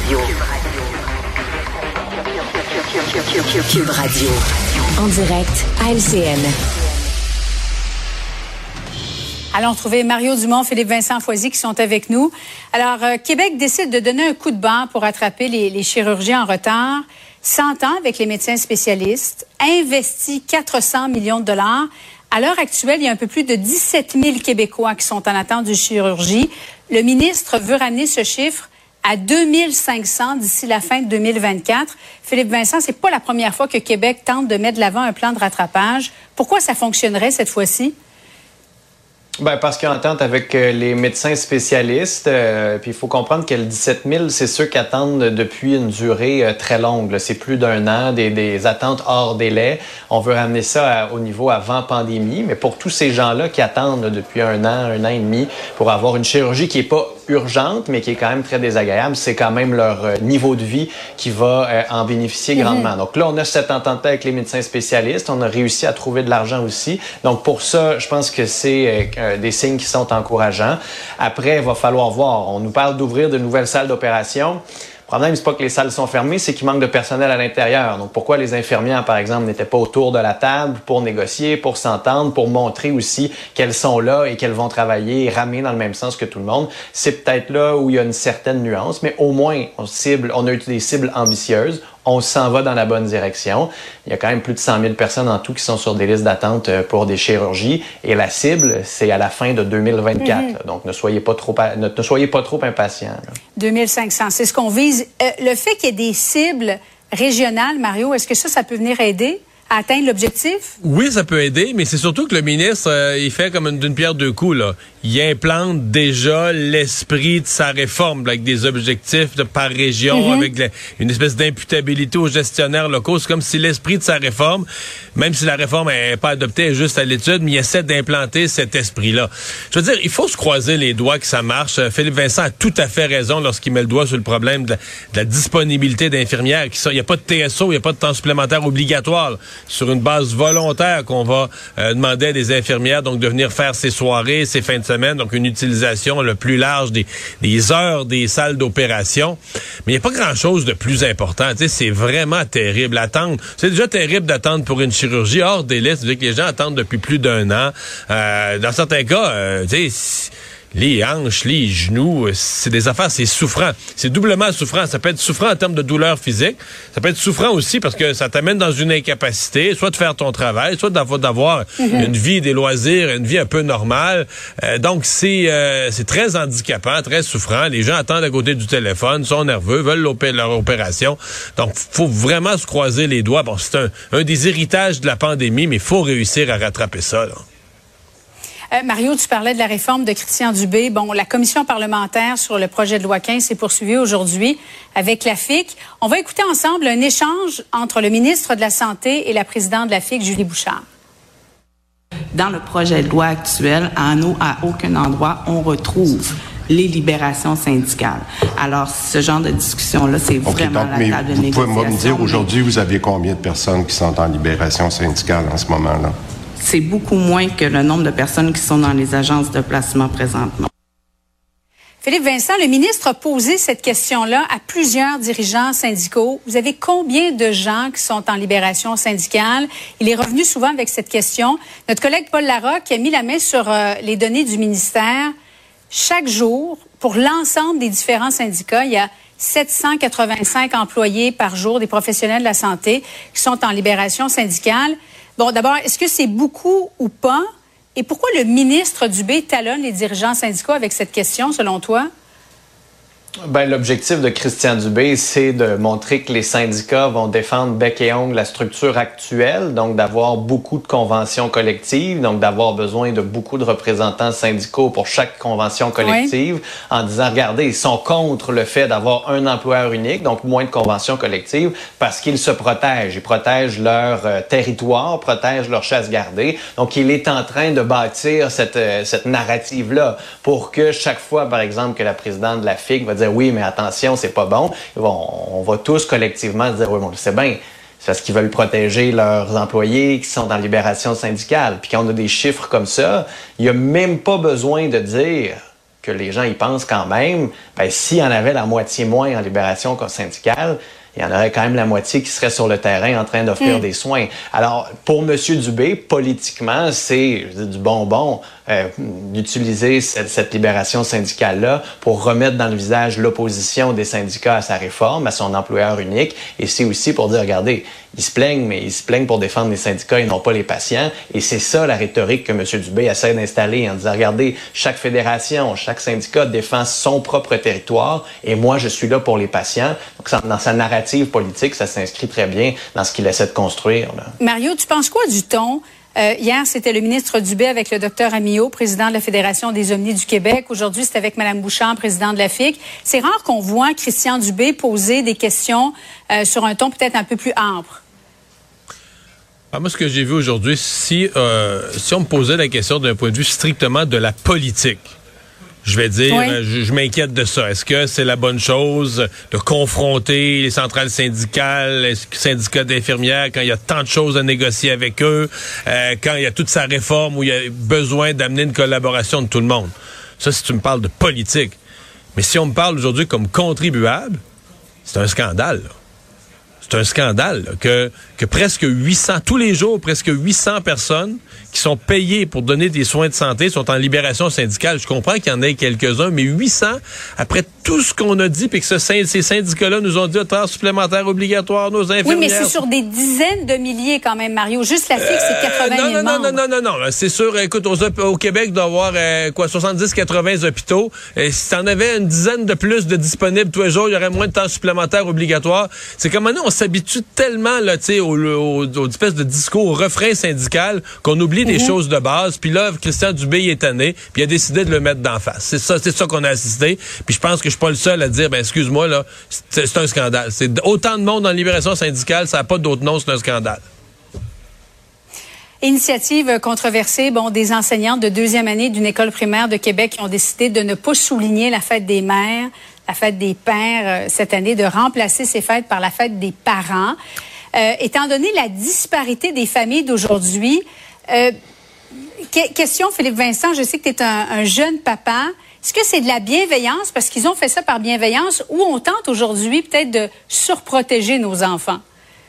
Cube Radio. En direct à LCN. Allons trouver Mario Dumont, Philippe Vincent Foisy qui sont avec nous. Alors, Québec décide de donner un coup de barre pour rattraper les chirurgiens en retard. S'entend avec les médecins spécialistes, investit 400 millions de dollars. À l'heure actuelle, il y a un peu plus de 17 000 Québécois qui sont en attente de chirurgie. Le ministre veut ramener ce chiffre à 2 500 d'ici la fin de 2024. Philippe Vincent, c'est pas la première fois que Québec tente de mettre de l'avant un plan de rattrapage. Pourquoi ça fonctionnerait cette fois-ci? Ben parce qu'il y a entente avec les médecins spécialistes. Puis il faut comprendre que le 17 000, c'est ceux qui attendent depuis une durée très longue. Là. C'est plus d'un an, des attentes hors délai. On veut ramener ça au niveau avant pandémie. Mais pour tous ces gens-là qui attendent là, depuis un an et demi pour avoir une chirurgie qui est pas urgente, mais qui est quand même très désagréable, c'est quand même leur niveau de vie qui va en bénéficier grandement. Donc là, on a cette entente avec les médecins spécialistes. On a réussi à trouver de l'argent aussi. Donc pour ça, je pense que c'est des signes qui sont encourageants. Après, il va falloir voir. On nous parle d'ouvrir de nouvelles salles d'opération. Le problème, c'est pas que les salles sont fermées, c'est qu'il manque de personnel à l'intérieur. Donc, pourquoi les infirmières, par exemple, n'étaient pas autour de la table pour négocier, pour s'entendre, pour montrer aussi qu'elles sont là et qu'elles vont travailler et ramer dans le même sens que tout le monde? C'est peut-être là où il y a une certaine nuance, mais au moins, on a eu des cibles ambitieuses. On s'en va dans la bonne direction. Il y a quand même plus de 100 000 personnes en tout qui sont sur des listes d'attente pour des chirurgies. Et la cible, c'est à la fin de 2024. Donc, ne soyez pas trop impatients. 2500, c'est ce qu'on vise. Le fait qu'il y ait des cibles régionales, Mario, est-ce que ça peut venir aider à atteindre l'objectif? Oui, ça peut aider, mais c'est surtout que le ministre, il fait comme d'une pierre deux coups, là. Il implante déjà l'esprit de sa réforme, là, avec des objectifs par région, avec une espèce d'imputabilité aux gestionnaires locaux. C'est comme si l'esprit de sa réforme, même si la réforme n'est pas adoptée, est juste à l'étude, mais il essaie d'implanter cet esprit-là. Je veux dire, il faut se croiser les doigts que ça marche. Philippe Vincent a tout à fait raison lorsqu'il met le doigt sur le problème de la disponibilité d'infirmières. Il n'y a pas de TSO, il n'y a pas de temps supplémentaire obligatoire, là, sur une base volontaire qu'on va demander à des infirmières donc de venir faire ces soirées, ces fins de semaine, donc une utilisation le plus large des heures des salles d'opération. Mais il n'y a pas grand-chose de plus important. Tu sais, c'est vraiment terrible. Attendre, c'est déjà terrible d'attendre pour une chirurgie hors délai. C'est-à-dire que les gens attendent depuis plus d'un an. Dans certains cas, tu sais, les hanches, les genoux, c'est des affaires, c'est souffrant. C'est doublement souffrant. Ça peut être souffrant en termes de douleur physique. Ça peut être souffrant aussi parce que ça t'amène dans une incapacité, soit de faire ton travail, soit d'avoir une vie, des loisirs, une vie un peu normale. Donc, c'est très handicapant, très souffrant. Les gens attendent à côté du téléphone, sont nerveux, veulent leur opération. Donc, faut vraiment se croiser les doigts. Bon, c'est un des héritages de la pandémie, mais il faut réussir à rattraper ça, là. Mario, tu parlais de la réforme de Christian Dubé. Bon, la commission parlementaire sur le projet de loi 15 s'est poursuivie aujourd'hui avec la FIC. On va écouter ensemble un échange entre le ministre de la Santé et la présidente de la FIC, Julie Bouchard. Dans le projet de loi actuel, à aucun endroit, on retrouve les libérations syndicales. Alors, ce genre de discussion-là, c'est vraiment la table de négociation. Vous pouvez me dire, aujourd'hui, vous aviez combien de personnes qui sont en libération syndicale en ce moment-là? C'est beaucoup moins que le nombre de personnes qui sont dans les agences de placement présentement. Philippe Vincent, le ministre a posé cette question-là à plusieurs dirigeants syndicaux. Vous avez combien de gens qui sont en libération syndicale? Il est revenu souvent avec cette question. Notre collègue Paul Larocque a mis la main sur les données du ministère. Chaque jour, pour l'ensemble des différents syndicats, il y a 785 employés par jour, des professionnels de la santé, qui sont en libération syndicale. Bon, d'abord, est-ce que c'est beaucoup ou pas? Et pourquoi le ministre Dubé talonne les dirigeants syndicaux avec cette question, selon toi? Ben, l'objectif de Christian Dubé, c'est de montrer que les syndicats vont défendre bec et ongle la structure actuelle, donc d'avoir beaucoup de conventions collectives, donc d'avoir besoin de beaucoup de représentants syndicaux pour chaque convention collective, en disant, regardez, ils sont contre le fait d'avoir un employeur unique, donc moins de conventions collectives, parce qu'ils se protègent. Ils protègent leur territoire, protègent leur chasse gardée. Donc, il est en train de bâtir cette narrative-là pour que chaque fois, par exemple, que la présidente de la FIC va dire oui, mais attention, c'est pas bon. On va tous collectivement dire oui, bon, c'est bien. C'est parce qu'ils veulent protéger leurs employés qui sont en libération syndicale. Puis quand on a des chiffres comme ça, il n'y a même pas besoin de dire que les gens y pensent quand même, ben, s'il y en avait la moitié moins en libération syndicale, il y en aurait quand même la moitié qui serait sur le terrain en train d'offrir des soins. Alors, pour M. Dubé, politiquement, c'est du bonbon d'utiliser cette libération syndicale-là pour remettre dans le visage l'opposition des syndicats à sa réforme, à son employeur unique. Et c'est aussi pour dire, regardez, ils se plaignent, mais ils se plaignent pour défendre les syndicats et non pas les patients. Et c'est ça la rhétorique que M. Dubé essaie d'installer en disant, regardez, chaque fédération, chaque syndicat défend son propre territoire et moi, je suis là pour les patients. Donc, dans sa narrative politique, ça s'inscrit très bien dans ce qu'il essaie de construire, là. Mario, tu penses quoi du ton? Hier, c'était le ministre Dubé avec le docteur Amillot, président de la Fédération des Omnis du Québec. Aujourd'hui, c'est avec Mme Bouchard, présidente de la FIC. C'est rare qu'on voit Christian Dubé poser des questions sur un ton peut-être un peu plus ample. Ah, moi, ce que j'ai vu aujourd'hui, si on me posait la question d'un point de vue strictement de la politique, je vais dire, je m'inquiète de ça. Est-ce que c'est la bonne chose de confronter les centrales syndicales, les syndicats d'infirmières, quand il y a tant de choses à négocier avec eux, quand il y a toute sa réforme où il y a besoin d'amener une collaboration de tout le monde? Ça, si tu me parles de politique. Mais si on me parle aujourd'hui comme contribuable, c'est un scandale, là. C'est un scandale là, que presque 800, tous les jours, presque 800 personnes qui sont payées pour donner des soins de santé sont en libération syndicale. Je comprends qu'il y en ait quelques-uns, mais 800, après tout ce qu'on a dit, puis que ces syndicats-là nous ont dit heures supplémentaires obligatoires, nos infirmières... Oui, mais c'est sur des dizaines de milliers quand même, Mario. Juste la FIC, c'est 80 000 membres. Non. C'est sûr, écoute, au Québec, il doit y avoir 70-80 hôpitaux. Si t'en avais une dizaine de plus de disponibles tous les jours, il y aurait moins de temps supplémentaire obligatoire. C'est comme nous, on s'habitue tellement là, tu sais, aux espèces de discours, au refrain syndical, qu'on oublie des choses de base. Puis là, Christian Dubé il est tanné, puis il a décidé de le mettre d'en face. C'est ça qu'on a assisté. Puis je pense que je suis pas le seul à dire, ben excuse-moi là, c'est un scandale. C'est autant de monde en libération syndicale, ça n'a pas d'autre nom, c'est un scandale. Initiative controversée, des enseignantes de deuxième année d'une école primaire de Québec qui ont décidé de ne pas souligner la fête des mères, la fête des pères cette année, de remplacer ces fêtes par la fête des parents. Étant donné la disparité des familles d'aujourd'hui, question, Philippe Vincent, je sais que tu es un jeune papa. Est-ce que c'est de la bienveillance, parce qu'ils ont fait ça par bienveillance, ou on tente aujourd'hui peut-être de surprotéger nos enfants?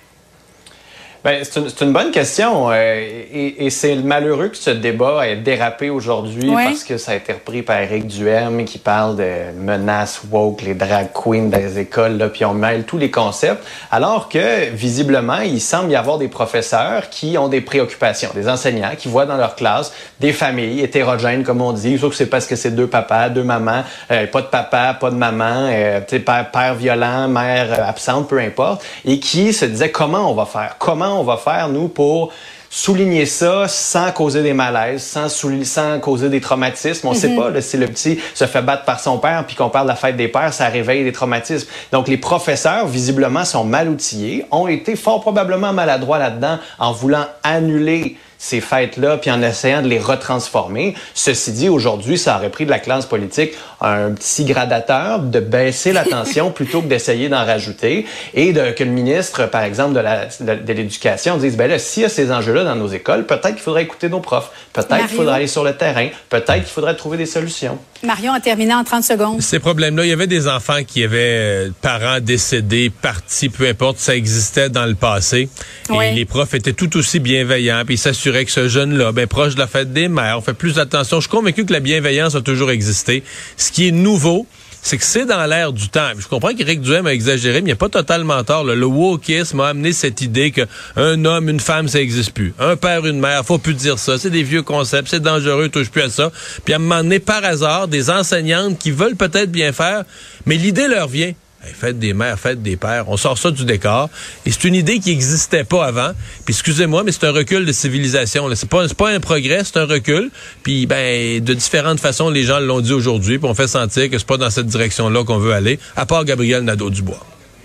Ben, c'est une bonne question et c'est malheureux que ce débat ait dérapé aujourd'hui parce que ça a été repris par Éric Duhem qui parle de menaces woke, les drag queens dans les écoles, là, puis on mêle tous les concepts, alors que visiblement, il semble y avoir des professeurs qui ont des préoccupations, des enseignants qui voient dans leur classe des familles hétérogènes, comme on dit, sauf que c'est parce que c'est deux papas, deux mamans, pas de papa, pas de maman, père violent, mère absente, peu importe, et qui se disaient comment on va faire, nous, pour souligner ça sans causer des malaises, sans causer des traumatismes. On sait pas là, si le petit se fait battre par son père puis qu'on parle de la fête des pères, ça réveille des traumatismes. Donc, les professeurs, visiblement, sont mal outillés, ont été fort probablement maladroits là-dedans en voulant annuler ces fêtes-là, puis en essayant de les retransformer. Ceci dit, aujourd'hui, ça aurait pris de la classe politique un petit gradateur de baisser la tension plutôt que d'essayer d'en rajouter et que le ministre, par exemple, de l'Éducation dise, ben là, s'il y a ces enjeux-là dans nos écoles, peut-être qu'il faudrait écouter nos profs, peut-être qu'il faudrait aller sur le terrain, peut-être qu'il faudrait trouver des solutions. Marion a terminé en 30 secondes. Ces problèmes-là, il y avait des enfants qui avaient parents décédés, partis, peu importe, ça existait dans le passé. Et les profs étaient tout aussi bienveillants, puis ils s'assuraient que ce jeune-là, proche de la fête des mères, on fait plus attention. Je suis convaincu que la bienveillance a toujours existé. Ce qui est nouveau, c'est que c'est dans l'air du temps. Je comprends qu'Éric Duhem a exagéré, mais il n'y a pas totalement tort. Le wokisme a amené cette idée qu'un homme, une femme, ça n'existe plus. Un père, une mère, faut plus dire ça. C'est des vieux concepts, c'est dangereux, touche plus à ça. Puis à un moment donné, par hasard, des enseignantes qui veulent peut-être bien faire, mais l'idée leur vient. Hey, fête des mères, fête des pères, on sort ça du décor. Et c'est une idée qui n'existait pas avant. Puis excusez-moi, mais c'est un recul de civilisation. Là. C'est pas un progrès, c'est un recul. Puis de différentes façons, les gens l'ont dit aujourd'hui. Puis on fait sentir que c'est pas dans cette direction-là qu'on veut aller, à part Gabriel Nadeau-Dubois.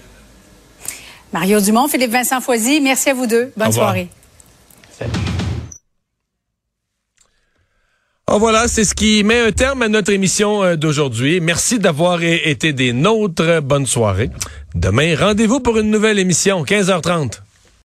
Mario Dumont, Philippe Vincent Foisy, merci à vous deux. Bonne soirée. Salut. Oh voilà, c'est ce qui met un terme à notre émission d'aujourd'hui. Merci d'avoir été des nôtres. Bonne soirée. Demain, rendez-vous pour une nouvelle émission, 15h30.